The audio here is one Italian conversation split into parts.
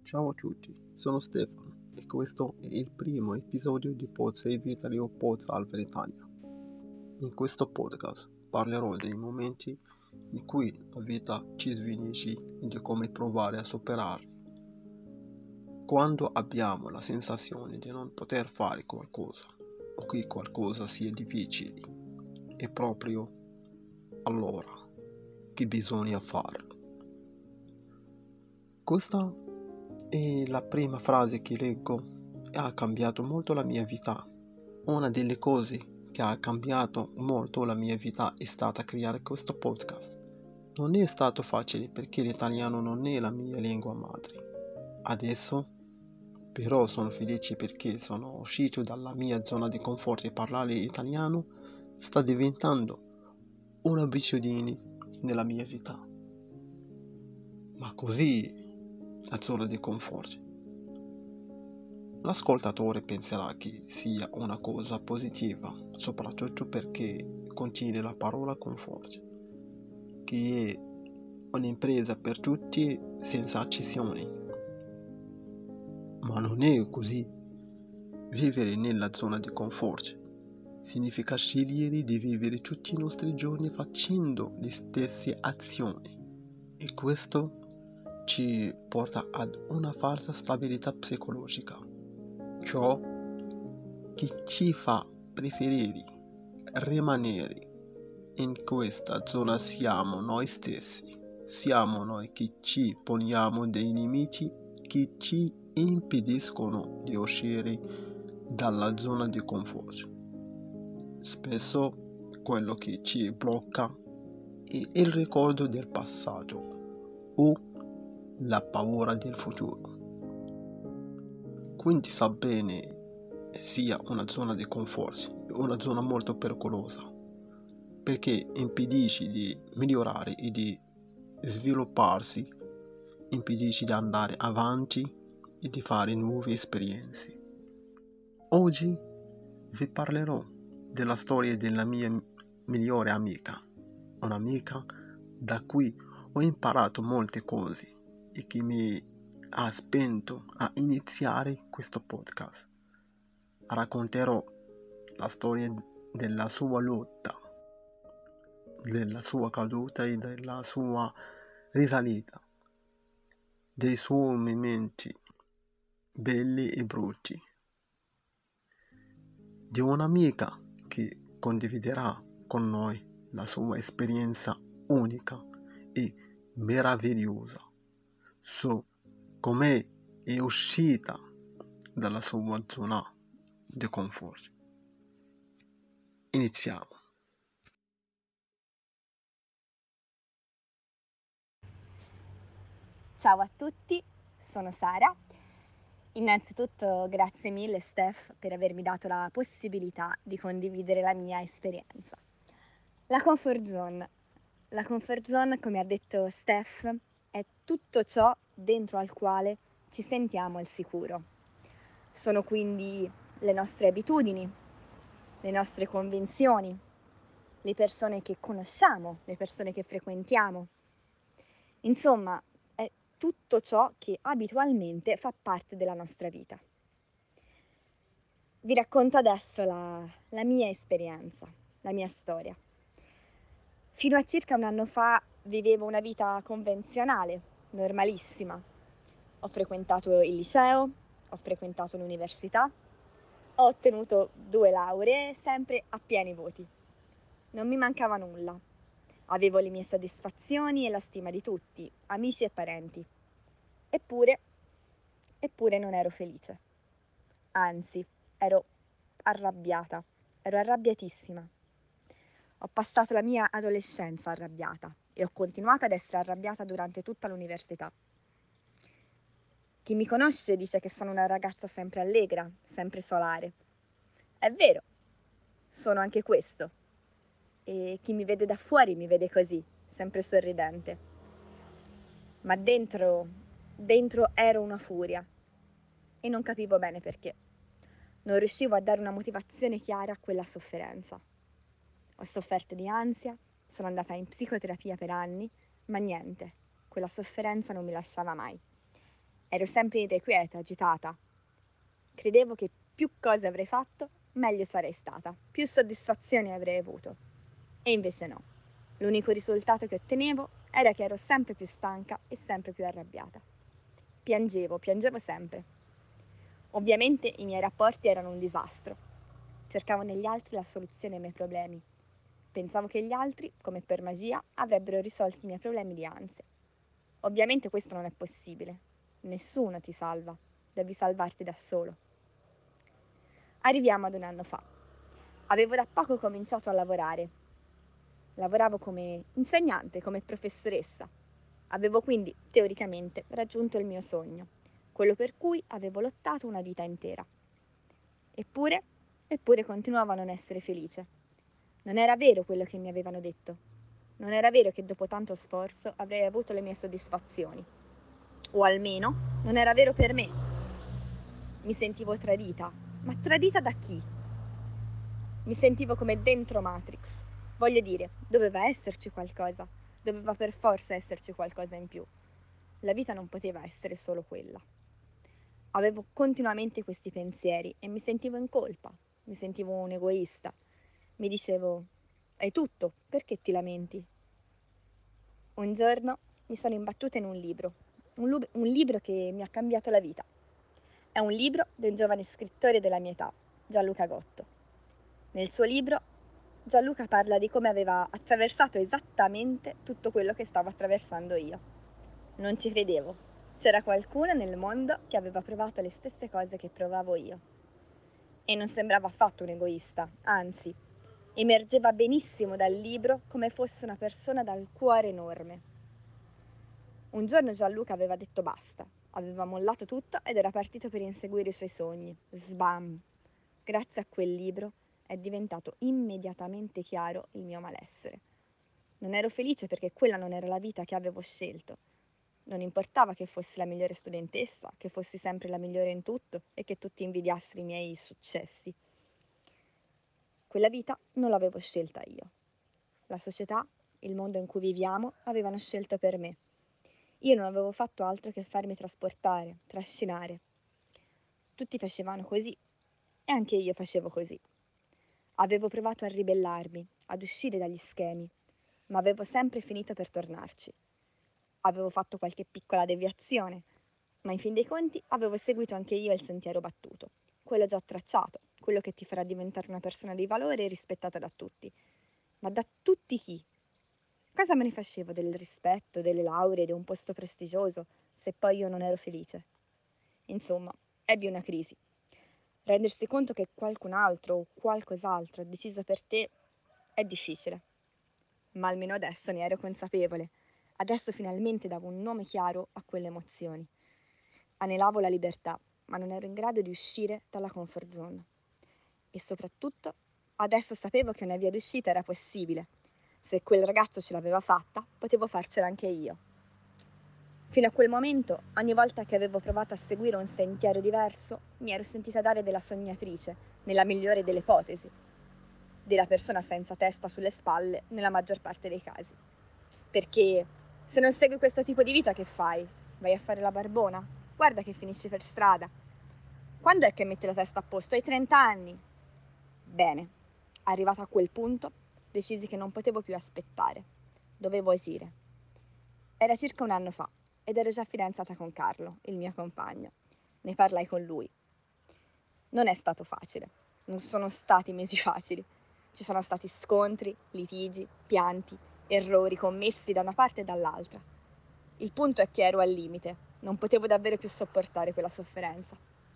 Ciao a tutti, sono Stefano e questo è il primo episodio di Pod Save Italy o Pod Salva Italia. In questo podcast parlerò dei momenti in cui la vita ci svilisce e di come provare a superarli. Quando abbiamo la sensazione di non poter fare qualcosa o che qualcosa sia difficile, è proprio allora che bisogna farlo. Questa è la prima frase che leggo e ha cambiato molto la mia vita. Una delle cose che ha cambiato molto la mia vita è stata creare questo podcast. Non è stato facile perché l'italiano non è la mia lingua madre. Adesso però sono felice perché sono uscito dalla mia zona di comfort e parlare italiano sta diventando un'abitudine nella mia vita. Ma così la zona di comfort. L'ascoltatore penserà che sia una cosa positiva, soprattutto perché contiene la parola comfort, che è un'impresa per tutti senza eccezioni. Ma non è così. Vivere nella zona di comfort significa scegliere di vivere tutti i nostri giorni facendo le stesse azioni e questo ci porta ad una falsa stabilità psicologica, ciò che ci fa preferire rimanere in questa zona. Siamo noi stessi, siamo noi che ci poniamo dei limiti che ci impediscono di uscire dalla zona di comfort. Spesso quello che ci blocca è il ricordo del passato o la paura del futuro. Quindi sa bene sia una zona di comfort, una zona molto pericolosa, perché impedisce di migliorare e di svilupparsi, impedisce di andare avanti e di fare nuove esperienze. Oggi vi parlerò della storia della mia migliore amica, un'amica da cui ho imparato molte cose e che mi ha spinto a iniziare questo podcast. Racconterò la storia della sua lotta, della sua caduta e della sua risalita, dei suoi momenti belli e brutti, di un'amica che condividerà con noi la sua esperienza unica e meravigliosa su come è uscita dalla sua zona di comfort. Iniziamo. Ciao a tutti, sono Sara. Innanzitutto grazie mille Steph per avermi dato la possibilità di condividere la mia esperienza. La comfort zone. La comfort zone, come ha detto Steph, è tutto ciò dentro al quale ci sentiamo al sicuro. Sono quindi le nostre abitudini, le nostre convinzioni, le persone che conosciamo, le persone che frequentiamo. Insomma, è tutto ciò che abitualmente fa parte della nostra vita. Vi racconto adesso la mia esperienza, la mia storia. Fino a circa un anno fa vivevo una vita convenzionale, normalissima. Ho frequentato il liceo, ho frequentato l'università, ho ottenuto 2 lauree, sempre a pieni voti. Non mi mancava nulla. Avevo le mie soddisfazioni e la stima di tutti, amici e parenti. Eppure non ero felice. Anzi, ero arrabbiatissima. Ho passato la mia adolescenza arrabbiata e ho continuato ad essere arrabbiata durante tutta l'università. Chi mi conosce dice che sono una ragazza sempre allegra, sempre solare. È vero, sono anche questo. E chi mi vede da fuori mi vede così, sempre sorridente. Ma dentro ero una furia e non capivo bene perché. Non riuscivo a dare una motivazione chiara a quella sofferenza. Ho sofferto di ansia, sono andata in psicoterapia per anni, ma niente, quella sofferenza non mi lasciava mai. Ero sempre irrequieta, agitata. Credevo che più cose avrei fatto, meglio sarei stata, più soddisfazioni avrei avuto. E invece no. L'unico risultato che ottenevo era che ero sempre più stanca e sempre più arrabbiata. Piangevo sempre. Ovviamente i miei rapporti erano un disastro. Cercavo negli altri la soluzione ai miei problemi. Pensavo che gli altri, come per magia, avrebbero risolto i miei problemi di ansia. Ovviamente questo non è possibile. Nessuno ti salva. Devi salvarti da solo. Arriviamo ad un anno fa. Avevo da poco cominciato a lavorare. Lavoravo come insegnante, come professoressa. Avevo quindi, teoricamente, raggiunto il mio sogno, quello per cui avevo lottato una vita intera. Eppure continuavo a non essere felice. Non era vero quello che mi avevano detto. Non era vero che dopo tanto sforzo avrei avuto le mie soddisfazioni. O almeno non era vero per me. Mi sentivo tradita. Ma tradita da chi? Mi sentivo come dentro Matrix. Voglio dire, doveva esserci qualcosa. Doveva per forza esserci qualcosa in più. La vita non poteva essere solo quella. Avevo continuamente questi pensieri e mi sentivo in colpa. Mi sentivo un egoista. Mi dicevo, hai tutto, perché ti lamenti? Un giorno mi sono imbattuta in un libro che mi ha cambiato la vita. È un libro di un giovane scrittore della mia età, Gianluca Gotto. Nel suo libro Gianluca parla di come aveva attraversato esattamente tutto quello che stavo attraversando io. Non ci credevo. C'era qualcuno nel mondo che aveva provato le stesse cose che provavo io. E non sembrava affatto un egoista, anzi, emergeva benissimo dal libro come fosse una persona dal cuore enorme. Un giorno Gianluca aveva detto basta, aveva mollato tutto ed era partito per inseguire i suoi sogni. Sbam! Grazie a quel libro è diventato immediatamente chiaro il mio malessere. Non ero felice perché quella non era la vita che avevo scelto. Non importava che fossi la migliore studentessa, che fossi sempre la migliore in tutto e che tutti invidiassero i miei successi. Quella vita non l'avevo scelta io. La società, il mondo in cui viviamo, avevano scelto per me. Io non avevo fatto altro che farmi trasportare, trascinare. Tutti facevano così e anche io facevo così. Avevo provato a ribellarmi, ad uscire dagli schemi, ma avevo sempre finito per tornarci. Avevo fatto qualche piccola deviazione, ma in fin dei conti avevo seguito anche io il sentiero battuto, quello già tracciato, quello che ti farà diventare una persona di valore e rispettata da tutti. Ma da tutti chi? Cosa me ne facevo del rispetto, delle lauree, di un posto prestigioso, se poi io non ero felice? Insomma, ebbi una crisi. Rendersi conto che qualcun altro o qualcos'altro ha deciso per te è difficile, ma almeno adesso ne ero consapevole. Adesso finalmente davo un nome chiaro a quelle emozioni. Anelavo la libertà, ma non ero in grado di uscire dalla comfort zone. E soprattutto, adesso sapevo che una via d'uscita era possibile. Se quel ragazzo ce l'aveva fatta, potevo farcela anche io. Fino a quel momento, ogni volta che avevo provato a seguire un sentiero diverso, mi ero sentita dare della sognatrice, nella migliore delle ipotesi, della persona senza testa sulle spalle nella maggior parte dei casi. Perché se non segui questo tipo di vita che fai? Vai a fare la barbona? Guarda che finisci per strada. Quando è che metti la testa a posto? Hai 30 anni. Bene, arrivata a quel punto, decisi che non potevo più aspettare. Dovevo agire. Era circa un anno fa ed ero già fidanzata con Carlo, il mio compagno. Ne parlai con lui. Non è stato facile, non sono stati mesi facili. Ci sono stati scontri, litigi, pianti, errori commessi da una parte e dall'altra. Il punto è che ero al limite, non potevo davvero più sopportare quella sofferenza.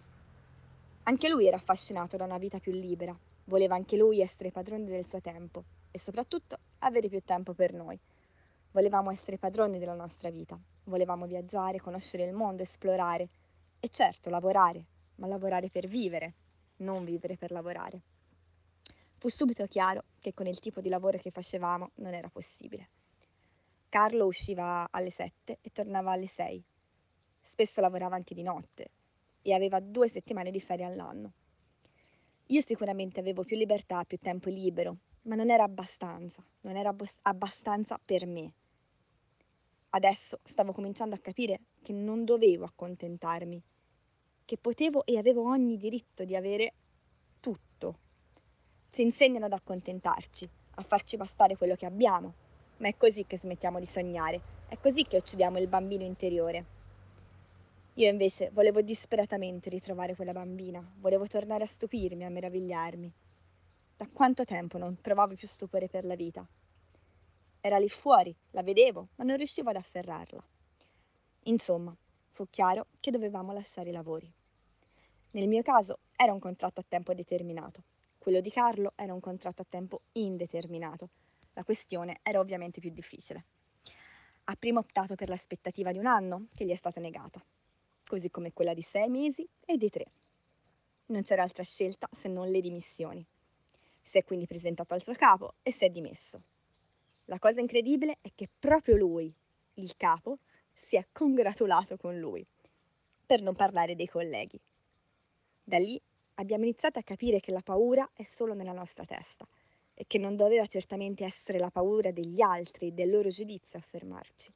Anche lui era affascinato da una vita più libera, voleva anche lui essere padrone del suo tempo e soprattutto avere più tempo per noi. Volevamo essere padroni della nostra vita, volevamo viaggiare, conoscere il mondo, esplorare e certo lavorare, ma lavorare per vivere, non vivere per lavorare. Fu subito chiaro che con il tipo di lavoro che facevamo non era possibile. Carlo usciva alle 7 e tornava alle 6. Spesso lavorava anche di notte e aveva 2 settimane di ferie all'anno. Io sicuramente avevo più libertà, più tempo libero, ma non era abbastanza per me. Adesso stavo cominciando a capire che non dovevo accontentarmi, che potevo e avevo ogni diritto di avere tutto. Ci insegnano ad accontentarci, a farci bastare quello che abbiamo, ma è così che smettiamo di sognare, è così che uccidiamo il bambino interiore. Io invece volevo disperatamente ritrovare quella bambina, volevo tornare a stupirmi, a meravigliarmi. Da quanto tempo non provavo più stupore per la vita? Era lì fuori, la vedevo, ma non riuscivo ad afferrarla. Insomma, fu chiaro che dovevamo lasciare i lavori. Nel mio caso era un contratto a tempo determinato, quello di Carlo era un contratto a tempo indeterminato. La questione era ovviamente più difficile. Ha prima optato per l'aspettativa di 1 anno, che gli è stata negata, così come quella di 6 mesi e di 3. Non c'era altra scelta se non le dimissioni. Si è quindi presentato al suo capo e si è dimesso. La cosa incredibile è che proprio lui, il capo, si è congratulato con lui, per non parlare dei colleghi. Da lì abbiamo iniziato a capire che la paura è solo nella nostra testa e che non doveva certamente essere la paura degli altri e del loro giudizio a fermarci.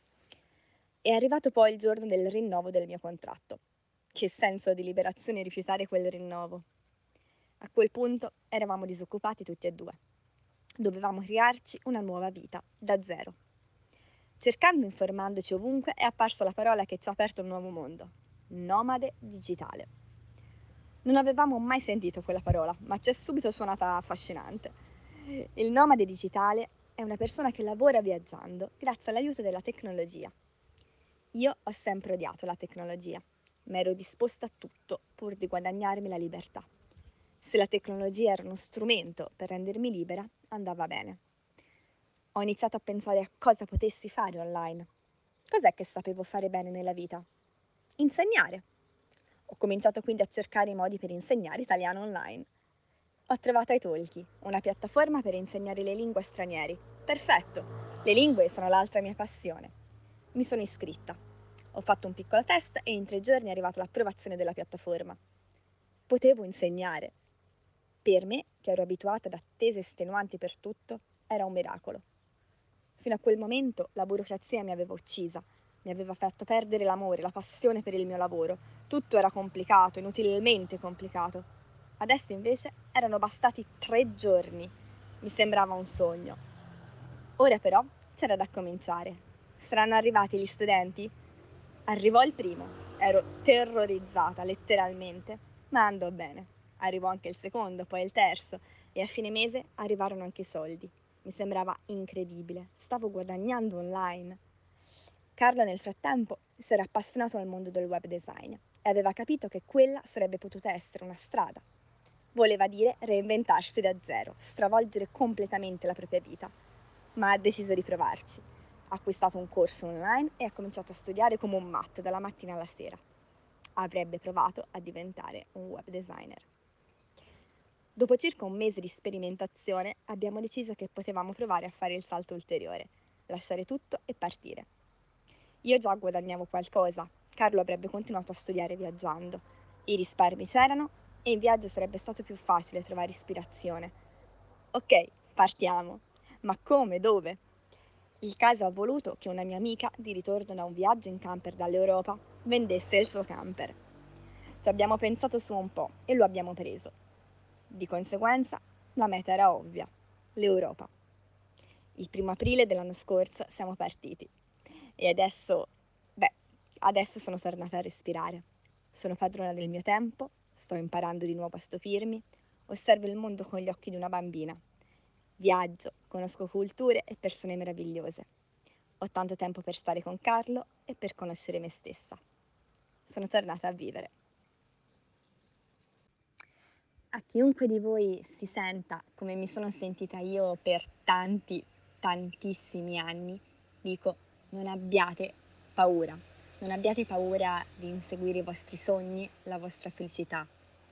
È arrivato poi il giorno del rinnovo del mio contratto. Che senso di liberazione rifiutare quel rinnovo. A quel punto eravamo disoccupati tutti e due. Dovevamo crearci una nuova vita, da zero. Cercando e informandoci ovunque è apparsa la parola che ci ha aperto un nuovo mondo: nomade digitale. Non avevamo mai sentito quella parola, ma ci è subito suonata affascinante. Il nomade digitale è una persona che lavora viaggiando grazie all'aiuto della tecnologia. Io ho sempre odiato la tecnologia, ma ero disposta a tutto pur di guadagnarmi la libertà. Se la tecnologia era uno strumento per rendermi libera, andava bene. Ho iniziato a pensare a cosa potessi fare online. Cos'è che sapevo fare bene nella vita? Insegnare. Ho cominciato quindi a cercare i modi per insegnare italiano online. Ho trovato Italki, una piattaforma per insegnare le lingue a stranieri. Perfetto! Le lingue sono l'altra mia passione. Mi sono iscritta. Ho fatto un piccolo test e in 3 giorni è arrivata l'approvazione della piattaforma. Potevo insegnare. Per me, che ero abituata ad attese estenuanti per tutto, era un miracolo. Fino a quel momento la burocrazia mi aveva uccisa, mi aveva fatto perdere l'amore, la passione per il mio lavoro. Tutto era complicato, inutilmente complicato. Adesso invece erano bastati 3 giorni. Mi sembrava un sogno. Ora però c'era da cominciare. Saranno arrivati gli studenti? Arrivò il primo. Ero terrorizzata, letteralmente, ma andò bene. Arrivò anche il secondo, poi il terzo e a fine mese arrivarono anche i soldi. Mi sembrava incredibile. Stavo guadagnando online. Carlo nel frattempo si era appassionato al mondo del web design e aveva capito che quella sarebbe potuta essere una strada. Voleva dire reinventarsi da zero, stravolgere completamente la propria vita, ma ha deciso di provarci. Ha acquistato un corso online e ha cominciato a studiare come un matto dalla mattina alla sera. Avrebbe provato a diventare un web designer. Dopo circa 1 mese di sperimentazione abbiamo deciso che potevamo provare a fare il salto ulteriore, lasciare tutto e partire. Io già guadagnavo qualcosa, Carlo avrebbe continuato a studiare viaggiando. I risparmi c'erano e in viaggio sarebbe stato più facile trovare ispirazione. Ok, partiamo. Ma come? Dove? Il caso ha voluto che una mia amica, di ritorno da un viaggio in camper dall'Europa, vendesse il suo camper. Ci abbiamo pensato su un po' e lo abbiamo preso. Di conseguenza, la meta era ovvia, l'Europa. Il 1° aprile dell'anno scorso siamo partiti e adesso sono tornata a respirare. Sono padrona del mio tempo, sto imparando di nuovo a stupirmi, osservo il mondo con gli occhi di una bambina. Viaggio, conosco culture e persone meravigliose. Ho tanto tempo per stare con Carlo e per conoscere me stessa. Sono tornata a vivere. A chiunque di voi si senta come mi sono sentita io per tantissimi anni, dico: non abbiate paura, non abbiate paura di inseguire i vostri sogni, la vostra felicità.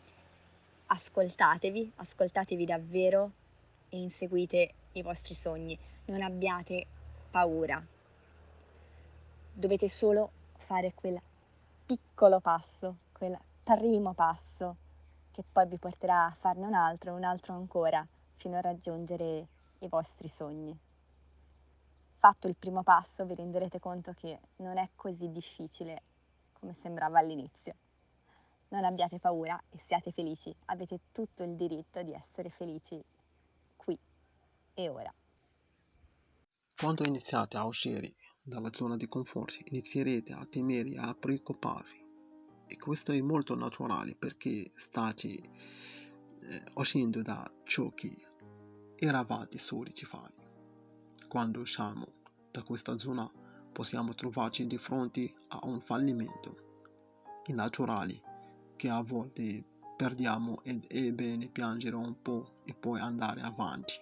Ascoltatevi davvero e inseguite i vostri sogni. Non abbiate paura. Dovete solo fare quel piccolo passo, quel primo passo che poi vi porterà a farne un altro ancora, fino a raggiungere i vostri sogni. fatto il primo passo vi renderete conto che non è così difficile come sembrava all'inizio. Non abbiate paura e siate felici, avete tutto il diritto di essere felici qui e ora. Quando iniziate a uscire dalla zona di conforto, inizierete a temere e a preoccuparvi. E questo è molto naturale perché state uscendo da ciò che eravate soliti fare. Quando usciamo da questa zona possiamo trovarci di fronte a un fallimento. È naturale che a volte perdiamo ed è bene piangere un po' e poi andare avanti.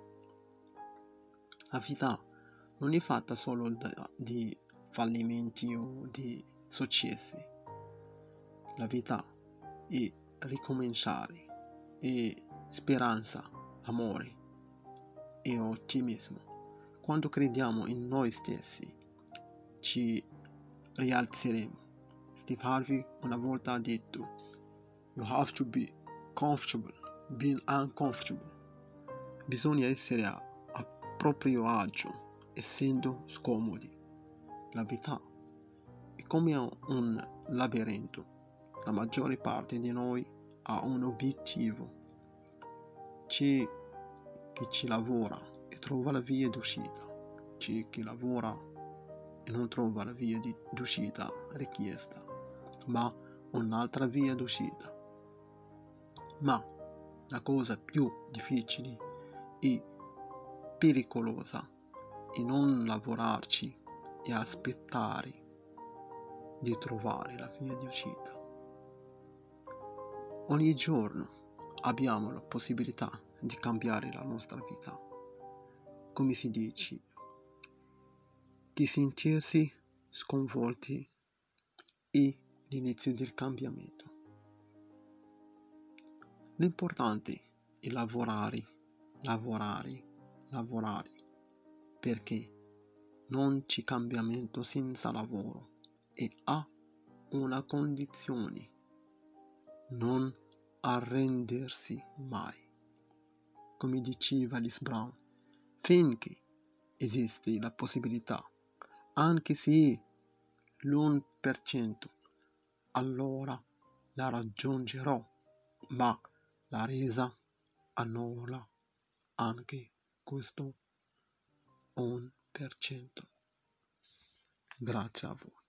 La vita non è fatta solo di fallimenti o di successi. La vita è ricominciare, è speranza, amore e ottimismo. Quando crediamo in noi stessi, ci rialzeremo. Steve Harvey una volta ha detto: "You have to be comfortable being uncomfortable." Bisogna essere a proprio agio, essendo scomodi. La vita è come un labirinto. La maggiore parte di noi ha un obiettivo. C'è chi ci lavora e trova la via d'uscita. C'è chi lavora e non trova la via d'uscita richiesta, ma un'altra via d'uscita. Ma la cosa più difficile e pericolosa è non lavorarci e aspettare di trovare la via di uscita. Ogni giorno abbiamo la possibilità di cambiare la nostra vita. Come si dice, che sentirsi sconvolti è l'inizio del cambiamento. L'importante è lavorare, perché non c'è cambiamento senza lavoro e ha una condizione: non arrendersi mai. Come diceva Alice Brown, finché esiste la possibilità, anche se l'1%, allora la raggiungerò, ma la resa annulla anche questo 1%. Grazie a voi.